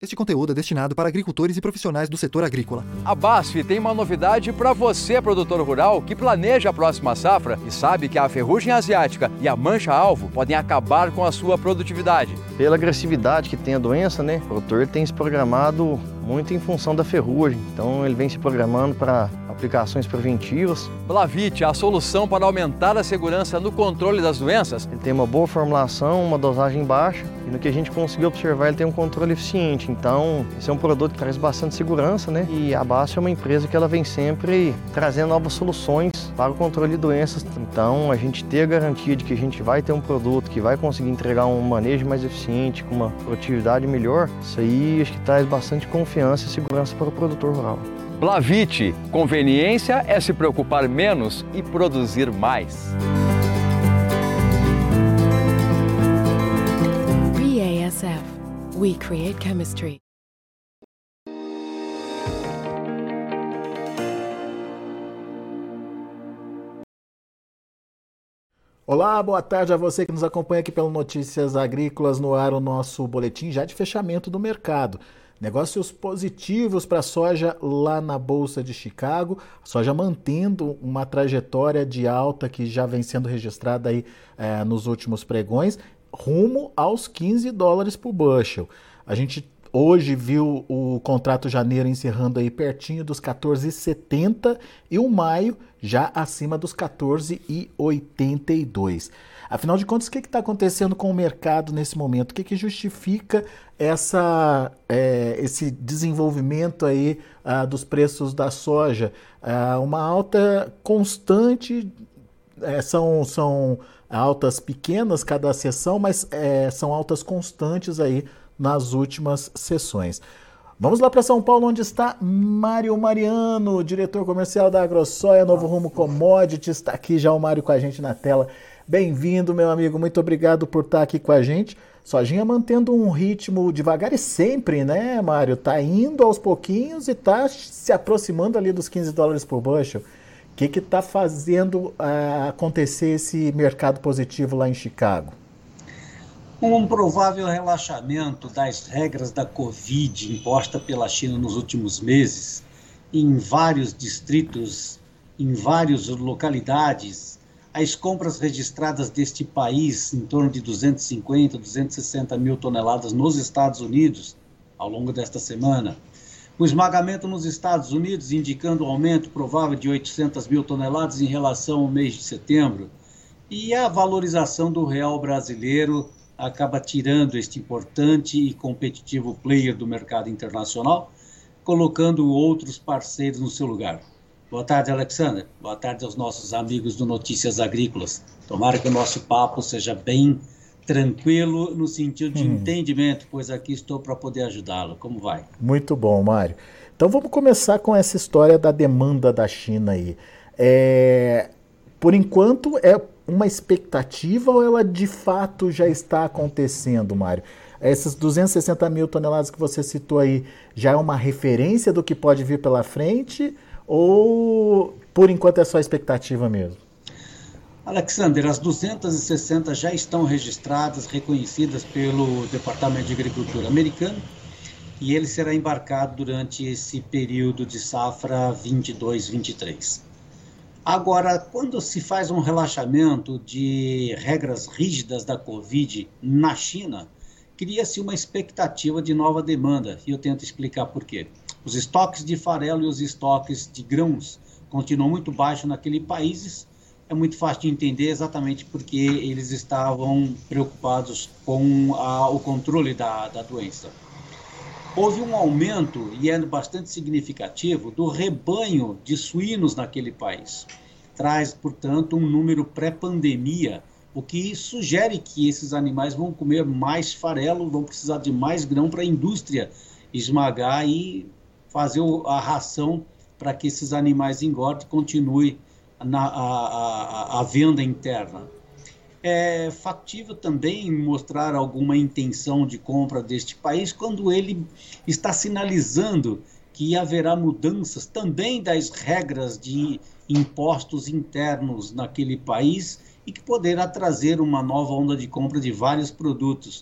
Este conteúdo é destinado para agricultores e profissionais do setor agrícola. A BASF tem uma novidade para você, produtor rural, que planeja a próxima safra e sabe que a ferrugem asiática e a mancha-alvo podem acabar com a sua produtividade. Pela agressividade que tem a doença, o produtor tem se programado muito em função da ferrugem. Então ele vem se programando para aplicações preventivas. Blavit, a solução para aumentar a segurança no controle das doenças. Ele tem uma boa formulação, uma dosagem baixa e no que a gente conseguiu observar ele tem um controle eficiente. Então esse é um produto que traz bastante segurança, E a BASF é uma empresa que ela vem sempre trazendo novas soluções para o controle de doenças. Então a gente ter a garantia de que a gente vai ter um produto que vai conseguir entregar um manejo mais eficiente, com uma produtividade melhor, isso aí acho que traz bastante confiança e segurança para o produtor rural. Blavit, conveniência é se preocupar menos e produzir mais. BASF, we create chemistry. Olá, boa tarde a você que nos acompanha aqui pelo Notícias Agrícolas, no ar o nosso boletim já de fechamento do mercado. Negócios positivos para a soja lá na Bolsa de Chicago, a soja mantendo uma trajetória de alta que já vem sendo registrada aí nos últimos pregões, rumo aos $15 por bushel. A gente hoje viu o contrato janeiro encerrando aí pertinho dos 14,70 e o maio já acima dos 14,82. Afinal de contas, o que está acontecendo com o mercado nesse momento? O que justifica esse desenvolvimento aí dos preços da soja? Uma alta constante, são altas pequenas cada sessão, mas são altas constantes aí nas últimas sessões. Vamos lá para São Paulo, onde está Mário Mariano, diretor comercial da AgroSoia Novo Rumo Commodities. Está aqui já o Mário com a gente na tela. Bem-vindo, meu amigo, muito obrigado por estar aqui com a gente. Sojinha mantendo um ritmo devagar e sempre, né, Mário? Tá indo aos pouquinhos e tá se aproximando ali dos $15 por bushel. O que está fazendo acontecer esse mercado positivo lá em Chicago? Um provável relaxamento das regras da Covid imposta pela China nos últimos meses, em vários distritos, em várias localidades, as compras registradas deste país, em torno de 250, 260 mil toneladas nos Estados Unidos, ao longo desta semana. O esmagamento nos Estados Unidos, indicando um aumento provável de 800 mil toneladas em relação ao mês de setembro. E a valorização do real brasileiro acaba tirando este importante e competitivo player do mercado internacional, colocando outros parceiros no seu lugar. Boa tarde, Alexander. Boa tarde aos nossos amigos do Notícias Agrícolas. Tomara que o nosso papo seja bem tranquilo no sentido de entendimento, pois aqui estou para poder ajudá-lo. Como vai? Muito bom, Mário. Então vamos começar com essa história da demanda da China aí. Por enquanto é uma expectativa ou ela de fato já está acontecendo, Mário? Essas 260 mil toneladas que você citou aí já é uma referência do que pode vir pela frente ou por enquanto é só expectativa mesmo? Alexander, as 260 já estão registradas, reconhecidas pelo Departamento de Agricultura americano e ele será embarcado durante esse período de safra 22-23. Agora, quando se faz um relaxamento de regras rígidas da Covid na China, cria-se uma expectativa de nova demanda, e eu tento explicar por quê. Os estoques de farelo e os estoques de grãos continuam muito baixos naquele país. É muito fácil de entender exatamente porque eles estavam preocupados com o controle da doença. Houve um aumento, e é bastante significativo, do rebanho de suínos naquele país. Traz, portanto, um número pré-pandemia, o que sugere que esses animais vão comer mais farelo, vão precisar de mais grão para a indústria esmagar e fazer a ração para que esses animais engordem e continue a venda interna. É factível também mostrar alguma intenção de compra deste país quando ele está sinalizando que haverá mudanças também das regras de impostos internos naquele país e que poderá trazer uma nova onda de compra de vários produtos.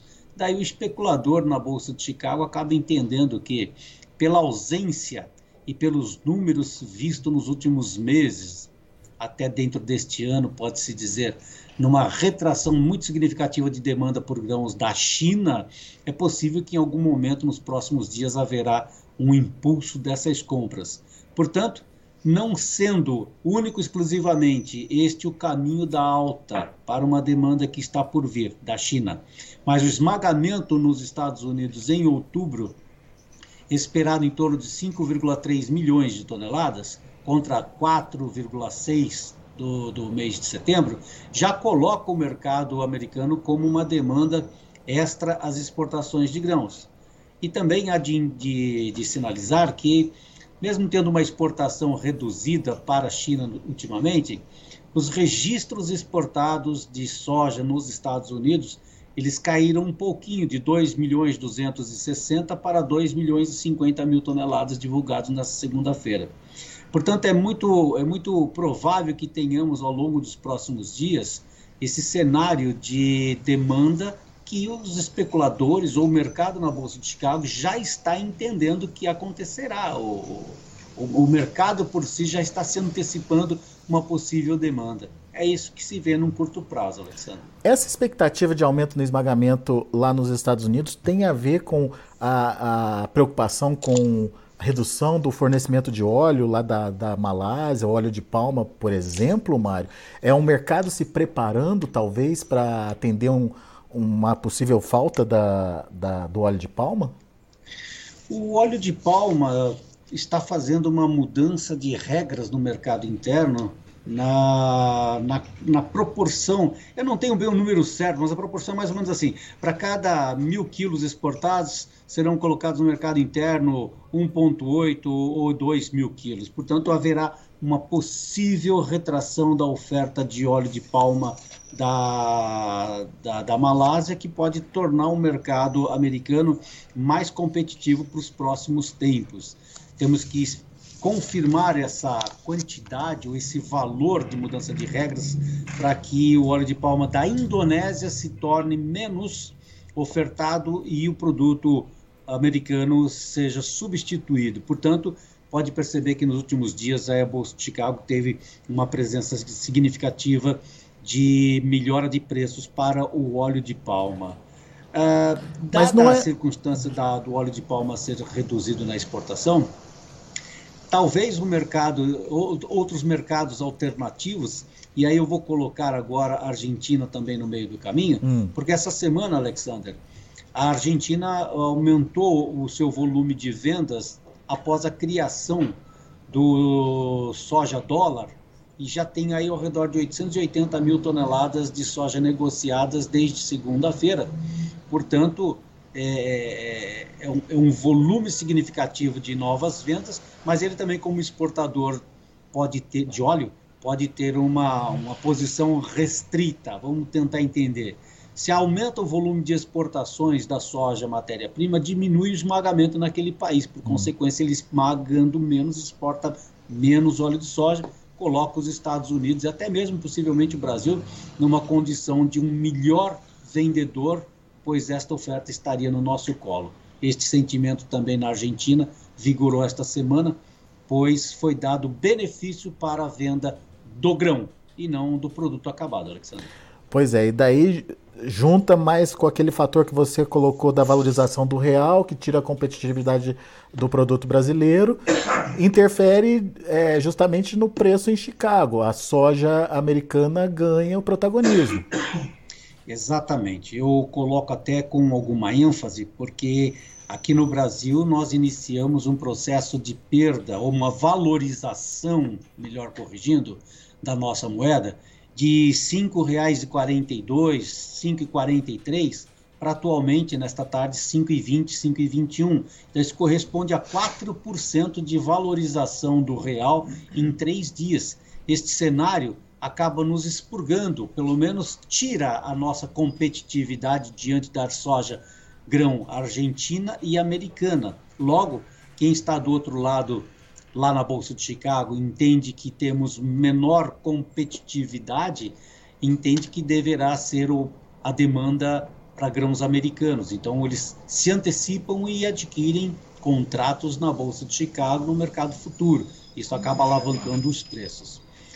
Daí o especulador na Bolsa de Chicago acaba entendendo que, pela ausência e pelos números vistos nos últimos meses, até dentro deste ano, pode-se dizer, numa retração muito significativa de demanda por grãos da China, é possível que em algum momento nos próximos dias haverá um impulso dessas compras. Portanto, não sendo único exclusivamente este o caminho da alta para uma demanda que está por vir da China, mas o esmagamento nos Estados Unidos em outubro, esperado em torno de 5,3 milhões de toneladas, contra 4,6 do mês de setembro, já coloca o mercado americano como uma demanda extra às exportações de grãos. E também há de sinalizar que, mesmo tendo uma exportação reduzida para a China ultimamente, os registros exportados de soja nos Estados Unidos, eles caíram um pouquinho, de 2.260.000 para 2.050.000 toneladas divulgados nessa segunda-feira. Portanto, é muito provável que tenhamos ao longo dos próximos dias esse cenário de demanda que os especuladores ou o mercado na Bolsa de Chicago já está entendendo que acontecerá. O mercado por si já está se antecipando uma possível demanda. É isso que se vê num curto prazo, Alexandre. Essa expectativa de aumento no esmagamento lá nos Estados Unidos tem a ver com a preocupação com a redução do fornecimento de óleo lá da Malásia, óleo de palma, por exemplo, Mário? É um mercado se preparando, talvez, para atender uma possível falta do óleo de palma? O óleo de palma está fazendo uma mudança de regras no mercado interno na proporção. Eu não tenho bem o número certo, mas a proporção é mais ou menos assim: para cada 1.000 quilos exportados, serão colocados no mercado interno 1,8 ou 2.000 quilos. Portanto, haverá uma possível retração da oferta de óleo de palma da Malásia, que pode tornar o mercado americano mais competitivo para os próximos tempos. Temos que confirmar essa quantidade ou esse valor de mudança de regras para que o óleo de palma da Indonésia se torne menos ofertado e o produto americano seja substituído. Portanto, pode perceber que nos últimos dias a Bolsa de Chicago teve uma presença significativa de melhora de preços para o óleo de palma. Dada a circunstância do óleo de palma ser reduzido na exportação, talvez o mercado, outros mercados alternativos, e aí eu vou colocar agora a Argentina também no meio do caminho, porque essa semana, Alexander, a Argentina aumentou o seu volume de vendas após a criação do soja dólar, e já tem aí ao redor de 880.000 toneladas de soja negociadas desde segunda-feira. Portanto, é um volume significativo de novas vendas, mas ele também, como exportador de óleo, pode ter uma posição restrita. Vamos tentar entender. Se aumenta o volume de exportações da soja matéria-prima, diminui o esmagamento naquele país. Por consequência, ele esmagando menos, exporta menos óleo de soja, coloca os Estados Unidos e até mesmo possivelmente o Brasil numa condição de um melhor vendedor, pois esta oferta estaria no nosso colo. Este sentimento também na Argentina vigorou esta semana, pois foi dado benefício para a venda do grão e não do produto acabado, Alexandre. Pois é, e daí junta mais com aquele fator que você colocou da valorização do real, que tira a competitividade do produto brasileiro, interfere justamente no preço em Chicago. A soja americana ganha o protagonismo. Exatamente. Eu coloco até com alguma ênfase, porque aqui no Brasil nós iniciamos um processo de perda, ou uma valorização, melhor corrigindo, da nossa moeda, de R$ 5,42, R$ 5,43, para atualmente, nesta tarde, R$ 5,20, R$ 5,21. Então, isso corresponde a 4% de valorização do real em 3 dias. Este cenário acaba nos expurgando, pelo menos tira a nossa competitividade diante da soja grão argentina e americana. Logo, quem está do outro lado, lá na Bolsa de Chicago, entende que temos menor competitividade, entende que deverá ser a demanda para grãos americanos. Então, eles se antecipam e adquirem contratos na Bolsa de Chicago no mercado futuro. Isso acaba alavancando os preços.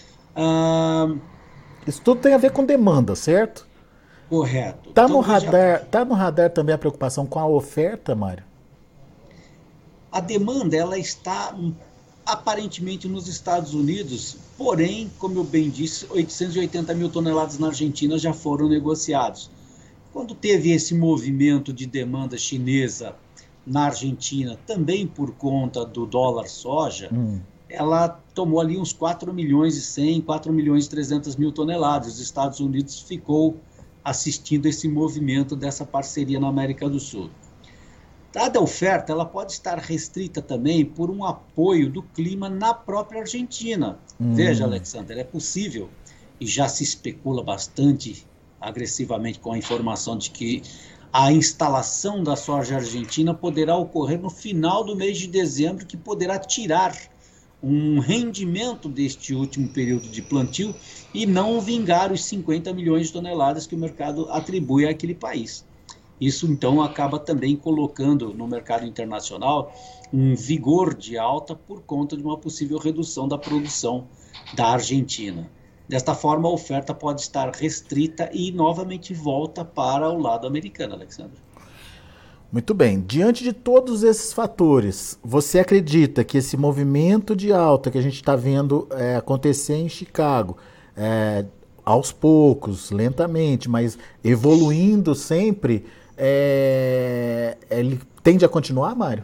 Isso tudo tem a ver com demanda, certo? Correto. Tá Então, no radar também a preocupação com a oferta, Mário? a demanda ela está aparentemente nos Estados Unidos, porém, como eu bem disse, 880 mil toneladas na Argentina já foram negociados. Quando teve esse movimento de demanda chinesa na Argentina, também por conta do dólar soja, ela tomou ali uns 4 milhões e 100, 4 milhões e 300 mil toneladas. Os Estados Unidos ficou assistindo esse movimento dessa parceria na América do Sul. Dada a oferta, ela pode estar restrita também por um apoio do clima na própria Argentina. Veja, Alexander, é possível, e já se especula bastante agressivamente com a informação de que a instalação da soja argentina poderá ocorrer no final do mês de dezembro, que poderá tirar um rendimento deste último período de plantio e não vingar os 50 milhões de toneladas que o mercado atribui àquele país. Isso, então, acaba também colocando no mercado internacional um vigor de alta por conta de uma possível redução da produção da Argentina. Desta forma, a oferta pode estar restrita e novamente volta para o lado americano, Alexandre. Muito bem. Diante de todos esses fatores, você acredita que esse movimento de alta que a gente está vendo acontecer em Chicago, aos poucos, lentamente, mas evoluindo sempre, ele tende a continuar, Mário?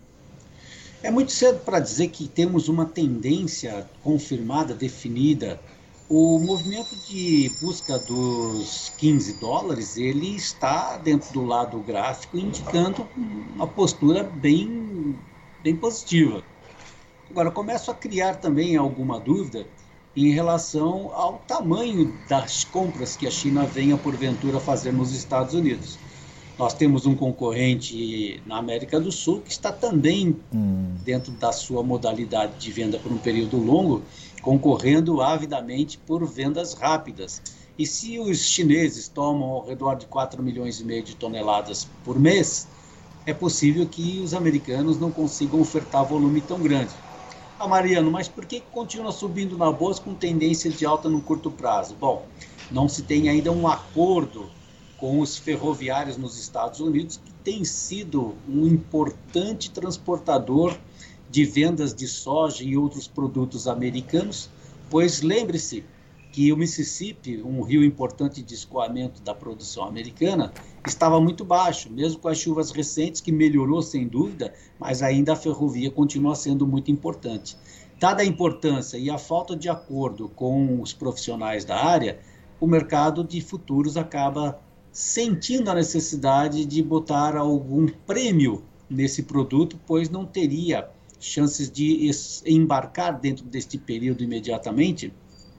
É muito cedo para dizer que temos uma tendência confirmada, definida. O movimento de busca dos $15, ele está dentro do lado gráfico, indicando uma postura bem positiva. Agora, começo a criar também alguma dúvida em relação ao tamanho das compras que a China venha, porventura, fazer nos Estados Unidos. Nós temos um concorrente na América do Sul que está também, dentro da sua modalidade de venda por um período longo, concorrendo avidamente por vendas rápidas. E se os chineses tomam ao redor de 4,5 milhões de toneladas por mês, é possível que os americanos não consigam ofertar volume tão grande. Mariano, mas por que continua subindo na bolsa com tendência de alta no curto prazo? Bom, não se tem ainda um acordo com os ferroviários nos Estados Unidos, que tem sido um importante transportador de vendas de soja e outros produtos americanos, pois lembre-se que o Mississippi, um rio importante de escoamento da produção americana, estava muito baixo, mesmo com as chuvas recentes, que melhorou sem dúvida, mas ainda a ferrovia continua sendo muito importante. Dada a importância e a falta de acordo com os profissionais da área, o mercado de futuros acaba sentindo a necessidade de botar algum prêmio nesse produto, pois não teria chances de embarcar dentro deste período imediatamente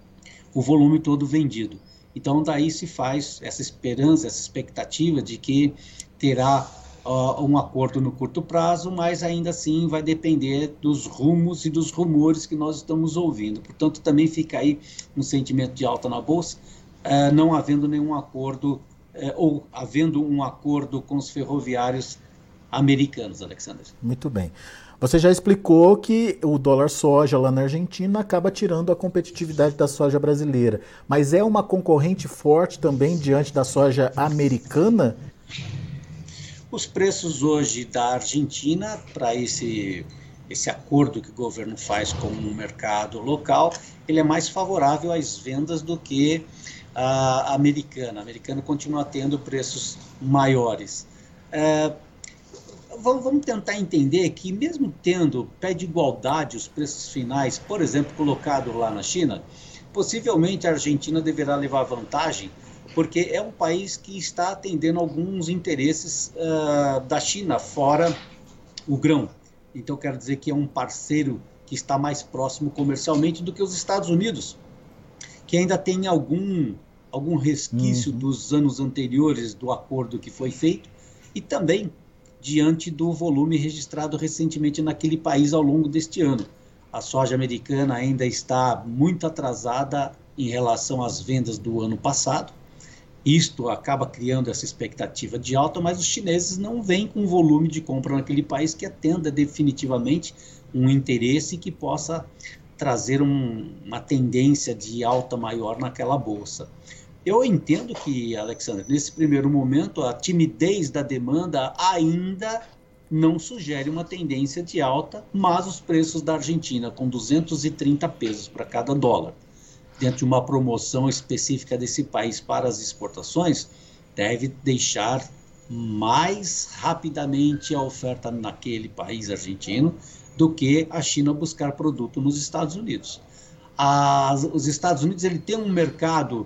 o volume todo vendido. Então daí se faz essa esperança, essa expectativa de que terá um acordo no curto prazo, mas ainda assim vai depender dos rumos e dos rumores que nós estamos ouvindo. Portanto, também fica aí um sentimento de alta na bolsa, não havendo nenhum acordo ou havendo um acordo com os ferroviários americanos, Alexandre. Muito bem. Você já explicou que o dólar soja lá na Argentina acaba tirando a competitividade da soja brasileira, mas é uma concorrente forte também diante da soja americana? Os preços hoje da Argentina, para esse acordo que o governo faz com o mercado local, ele é mais favorável às vendas do que a americana. A americana continua tendo preços maiores. Vamos tentar entender que, mesmo tendo pé de igualdade os preços finais, por exemplo, colocado lá na China, possivelmente a Argentina deverá levar vantagem, porque é um país que está atendendo alguns interesses da China, fora o grão. Então, quero dizer que é um parceiro que está mais próximo comercialmente do que os Estados Unidos, que ainda tem algum resquício dos anos anteriores do acordo que foi feito, e também diante do volume registrado recentemente naquele país ao longo deste ano. A soja americana ainda está muito atrasada em relação às vendas do ano passado, Isto acaba criando essa expectativa de alta, mas os chineses não vêm com volume de compra naquele país que atenda definitivamente um interesse que possa trazer uma tendência de alta maior naquela bolsa. Eu entendo que, Alexandre, nesse primeiro momento, a timidez da demanda ainda não sugere uma tendência de alta, mas os preços da Argentina, com 230 pesos para cada dólar, dentro de uma promoção específica desse país para as exportações, deve deixar mais rapidamente a oferta naquele país argentino do que a China buscar produto nos Estados Unidos. Os Estados Unidos ele tem um mercado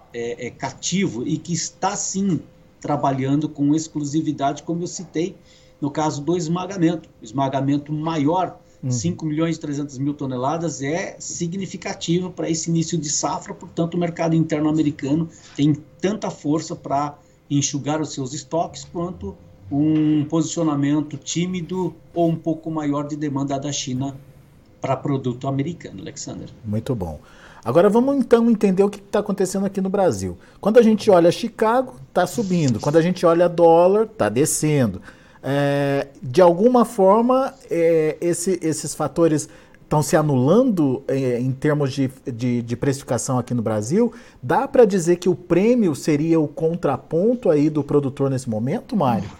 cativo e que está, sim, trabalhando com exclusividade, como eu citei, no caso do esmagamento. O esmagamento maior, 5.300.000 toneladas, é significativo para esse início de safra, portanto o mercado interno americano tem tanta força para enxugar os seus estoques quanto um posicionamento tímido ou um pouco maior de demanda da China para produto americano, Alexander. Muito bom. Agora vamos então entender o que está acontecendo aqui no Brasil. Quando a gente olha Chicago, está subindo. Quando a gente olha dólar, está descendo. De alguma forma, esses fatores estão se anulando em termos de precificação aqui no Brasil. Dá para dizer que o prêmio seria o contraponto aí do produtor nesse momento, Mário?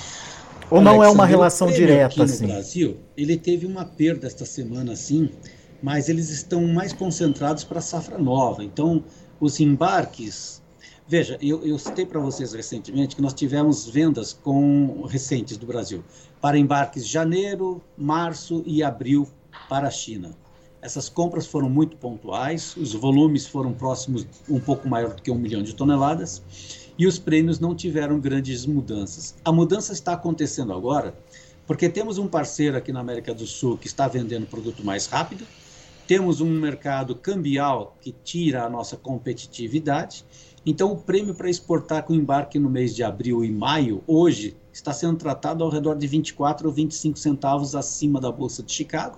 Ou não é uma relação direta assim? No Brasil, ele teve uma perda esta semana, sim, mas eles estão mais concentrados para a safra nova. Então, os embarques... Veja, eu citei para vocês recentemente que nós tivemos vendas recentes do Brasil para embarques janeiro, março e abril para a China. Essas compras foram muito pontuais, os volumes foram próximos, um pouco maior do que 1 milhão de toneladas, e os prêmios não tiveram grandes mudanças. A mudança está acontecendo agora porque temos um parceiro aqui na América do Sul que está vendendo produto mais rápido, temos um mercado cambial que tira a nossa competitividade. Então, o prêmio para exportar com embarque no mês de abril e maio, hoje, está sendo tratado ao redor de 24 ou 25 centavos acima da Bolsa de Chicago,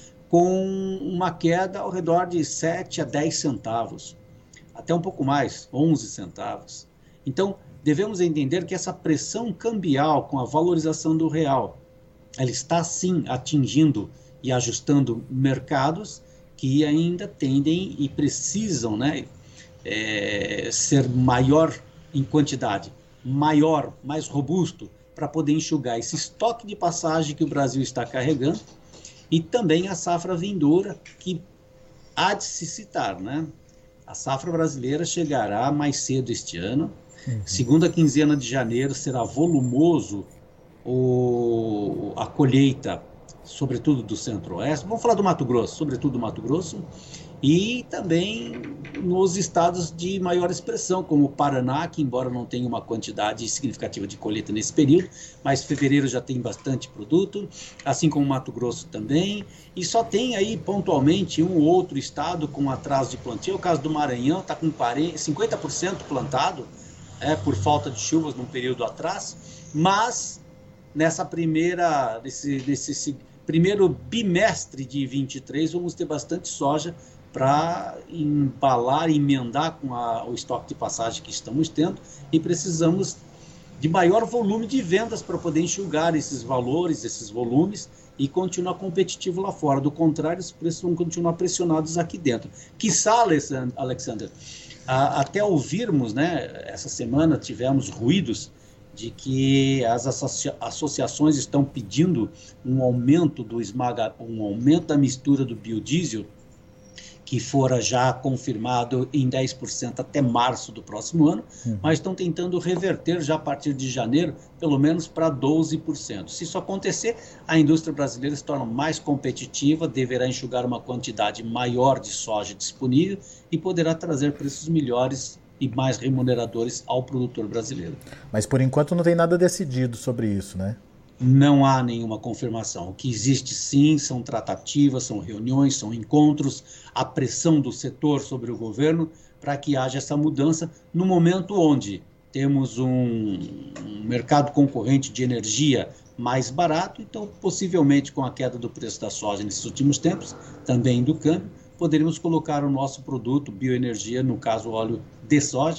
com uma queda ao redor de 7 a 10 centavos, até um pouco mais, 11 centavos. Então, devemos entender que essa pressão cambial com a valorização do real, ela está, sim, atingindo e ajustando mercados que ainda tendem e precisam, né, ser maior em quantidade, maior, mais robusto, para poder enxugar esse estoque de passagem que o Brasil está carregando e também a safra vindoura, que há de se citar, né? A safra brasileira chegará mais cedo este ano. Segunda quinzena de janeiro será volumoso a colheita, sobretudo do Centro-Oeste. Vamos falar do Mato Grosso, sobretudo do Mato Grosso, e também nos estados de maior expressão, como o Paraná, que embora não tenha uma quantidade significativa de colheita nesse período, mas fevereiro já tem bastante produto, assim como o Mato Grosso também, e só tem aí pontualmente um ou outro estado com atraso de plantio. O caso do Maranhão está com 50% plantado, por falta de chuvas num período atrás, mas nesse primeiro bimestre de 23 vamos ter bastante soja para embalar, emendar com o estoque de passagem que estamos tendo, e precisamos de maior volume de vendas para poder enxugar esses valores, esses volumes, e continuar competitivo lá fora. Do contrário, os preços vão continuar pressionados aqui dentro. Quiçá, Alexander, até ouvirmos, né, essa semana tivemos ruídos de que as associações estão pedindo um aumento um aumento da mistura do biodiesel, que fora já confirmado em 10% até março do próximo ano, mas estão tentando reverter já a partir de janeiro, pelo menos para 12%. Se isso acontecer, a indústria brasileira se torna mais competitiva, deverá enxugar uma quantidade maior de soja disponível e poderá trazer preços melhores e mais remuneradores ao produtor brasileiro. Mas por enquanto não tem nada decidido sobre isso, né? Não há nenhuma confirmação. O que existe, sim, são tratativas, são reuniões, são encontros, a pressão do setor sobre o governo para que haja essa mudança no momento onde temos um mercado concorrente de energia mais barato. Então, possivelmente, com a queda do preço da soja nesses últimos tempos, também do câmbio, poderíamos colocar o nosso produto, bioenergia, no caso óleo de soja,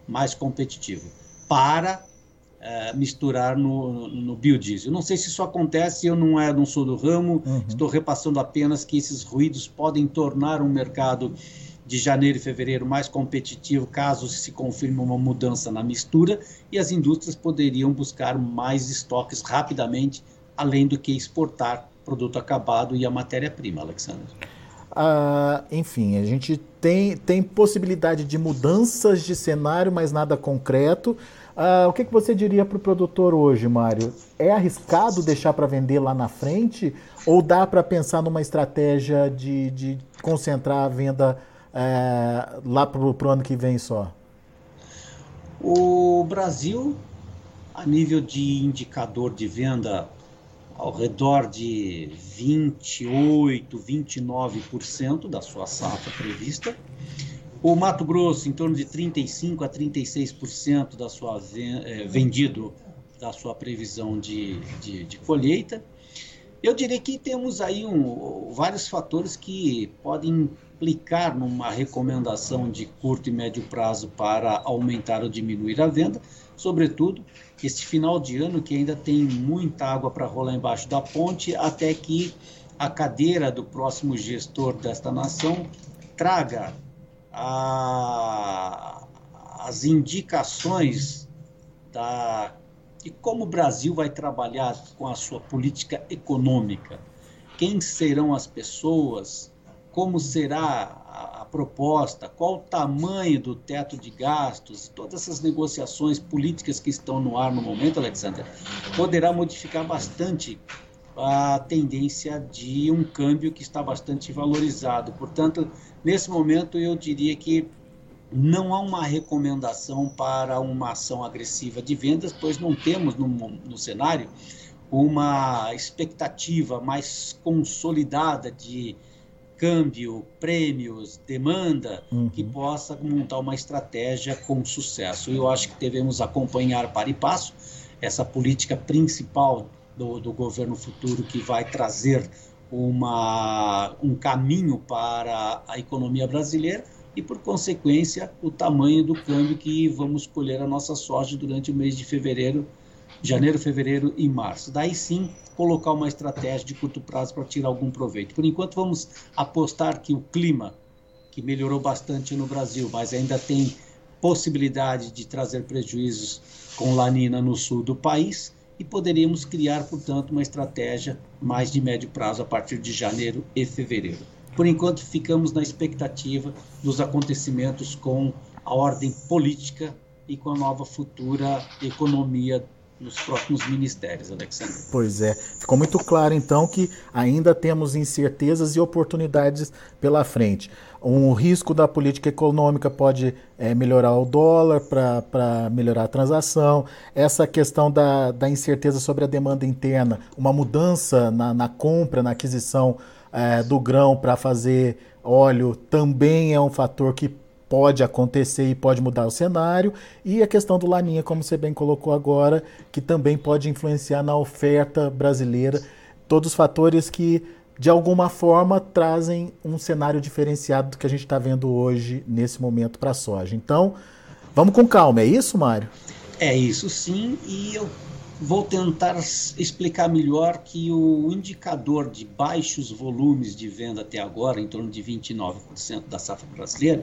mais competitivo para misturar no biodiesel. Não sei se isso acontece, eu não sou do ramo, estou repassando apenas que esses ruídos podem tornar um mercado de janeiro e fevereiro mais competitivo caso se confirme uma mudança na mistura, e as indústrias poderiam buscar mais estoques rapidamente, além do que exportar produto acabado e a matéria-prima, Alexandre. Enfim, a gente tem possibilidade de mudanças de cenário, mas nada concreto. O que você diria para o produtor hoje, Mário? É arriscado deixar para vender lá na frente ou dá para pensar numa estratégia de concentrar a venda lá para o ano que vem só? O Brasil, a nível de indicador de venda, ao redor de 28%, 29% da sua safra prevista. O Mato Grosso, em torno de 35% a 36% da sua vendido da sua previsão de colheita. Eu diria que temos aí vários fatores que podem implicar numa recomendação de curto e médio prazo para aumentar ou diminuir a venda, sobretudo este final de ano que ainda tem muita água para rolar embaixo da ponte, até que a cadeira do próximo gestor desta nação traga as indicações de como o Brasil vai trabalhar com a sua política econômica, quem serão as pessoas, como será a proposta, qual o tamanho do teto de gastos, todas essas negociações políticas que estão no ar no momento, Alexandre, poderá modificar bastante a tendência de um câmbio que está bastante valorizado. Portanto, nesse momento eu diria que não há uma recomendação para uma ação agressiva de vendas, pois não temos no cenário uma expectativa mais consolidada de câmbio, prêmios, demanda, que possa montar uma estratégia com sucesso. Eu acho que devemos acompanhar para e passo essa política principal do governo futuro, que vai trazer um caminho para a economia brasileira e, por consequência, o tamanho do câmbio que vamos colher a nossa soja durante o mês de janeiro, fevereiro e março. Daí sim, colocar uma estratégia de curto prazo para tirar algum proveito. Por enquanto, vamos apostar que o clima, que melhorou bastante no Brasil, mas ainda tem possibilidade de trazer prejuízos com La Nina no sul do país, e poderíamos criar, portanto, uma estratégia mais de médio prazo a partir de janeiro e fevereiro. Por enquanto, ficamos na expectativa dos acontecimentos com a ordem política e com a nova futura economia nos próximos ministérios, Alexandre. Pois é, ficou muito claro então que ainda temos incertezas e oportunidades pela frente. Um risco da política econômica pode melhorar o dólar para melhorar a transação, essa questão da incerteza sobre a demanda interna, uma mudança na compra, na aquisição do grão para fazer óleo também é um fator que pode acontecer e pode mudar o cenário, e a questão do Laninha, como você bem colocou agora, que também pode influenciar na oferta brasileira, todos os fatores que, de alguma forma, trazem um cenário diferenciado do que a gente está vendo hoje, nesse momento, para a soja. Então, vamos com calma, é isso, Mário? É isso sim, e eu vou tentar explicar melhor que o indicador de baixos volumes de venda até agora, em torno de 29% da safra brasileira,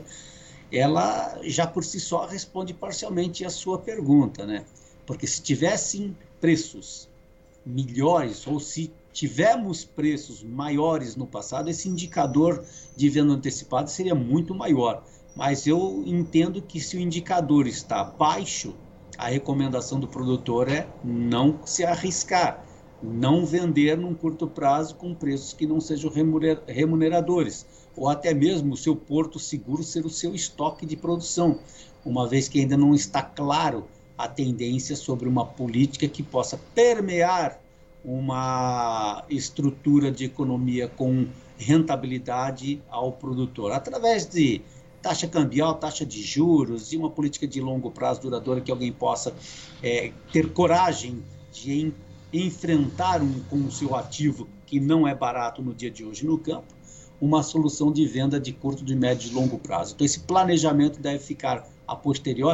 ela já por si só responde parcialmente à sua pergunta, né? Porque se tivessem preços melhores, ou se tivermos preços maiores no passado, esse indicador de venda antecipada seria muito maior. Mas eu entendo que se o indicador está baixo, a recomendação do produtor é não se arriscar, não vender num curto prazo com preços que não sejam remuneradores, ou até mesmo o seu porto seguro ser o seu estoque de produção, uma vez que ainda não está claro a tendência sobre uma política que possa permear uma estrutura de economia com rentabilidade ao produtor, através de taxa cambial, taxa de juros e uma política de longo prazo duradoura que alguém possa ter coragem de enfrentar com o seu ativo, que não é barato no dia de hoje no campo, uma solução de venda de curto, de médio e longo prazo. Então, esse planejamento deve ficar a posteriori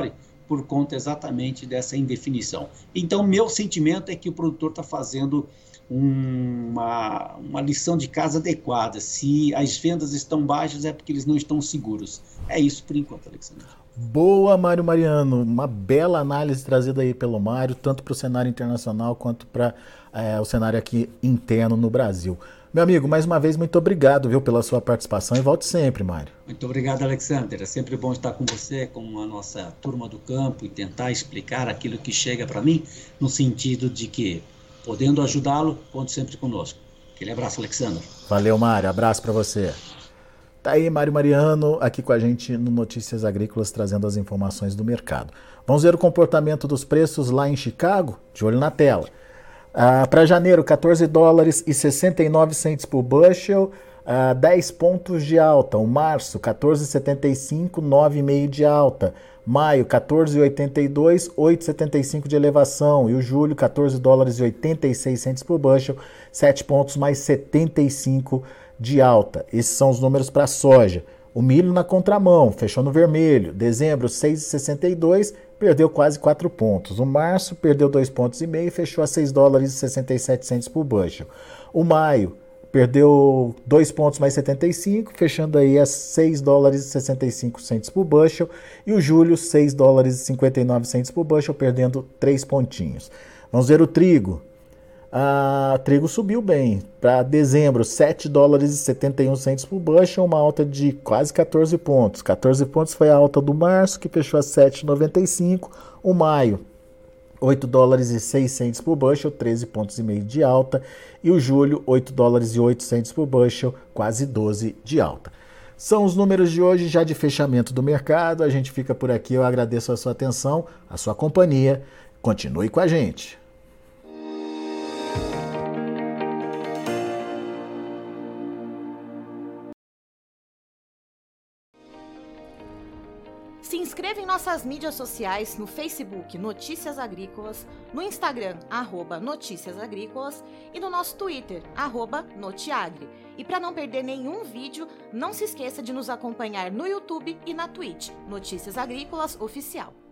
por conta exatamente dessa indefinição. Então, meu sentimento é que o produtor está fazendo uma lição de casa adequada. Se as vendas estão baixas, é porque eles não estão seguros. É isso por enquanto, Alexandre. Boa, Mário Mariano. Uma bela análise trazida aí pelo Mário, tanto para o cenário internacional quanto para o cenário aqui interno no Brasil. Meu amigo, mais uma vez, muito obrigado, viu, pela sua participação e volte sempre, Mário. Muito obrigado, Alexandre. É sempre bom estar com você, com a nossa turma do campo e tentar explicar aquilo que chega para mim, no sentido de que, podendo ajudá-lo, conte sempre conosco. Aquele abraço, Alexandre. Valeu, Mário. Abraço para você. Tá aí, Mário Mariano, aqui com a gente no Notícias Agrícolas, trazendo as informações do mercado. Vamos ver o comportamento dos preços lá em Chicago? De olho na tela. Para janeiro, $14,69 por bushel, 10 pontos de alta. O março, 14,75, 9,5 de alta. Maio, 14,82, 8,75 de elevação. E o julho, $14,86 por bushel, 7 pontos mais 75 de alta. Esses são os números para a soja. O milho na contramão, fechou no vermelho. Dezembro, 6,62, perdeu quase 4 pontos. O março perdeu 2,5 pontos e fechou a $6,67 por bushel. O maio perdeu 2 pontos mais 75, fechando aí a $6,65 por bushel. E o julho, $6,59 por bushel, perdendo 3 pontinhos. Vamos ver o trigo. Trigo subiu bem. Para dezembro, $7,71 por bushel, uma alta de quase 14 pontos. 14 pontos foi a alta do março, que fechou a $7,95. O maio, $8,06 por bushel, 13 pontos e meio de alta. E o julho, $8,08 por bushel, quase 12 de alta. São os números de hoje, já de fechamento do mercado. A gente fica por aqui. Eu agradeço a sua atenção, a sua companhia. Continue com a gente. Se inscreva em nossas mídias sociais, no Facebook Notícias Agrícolas, no Instagram @Notícias Agrícolas e no nosso Twitter @Notiagre. E para não perder nenhum vídeo, não se esqueça de nos acompanhar no YouTube e na Twitch, Notícias Agrícolas Oficial.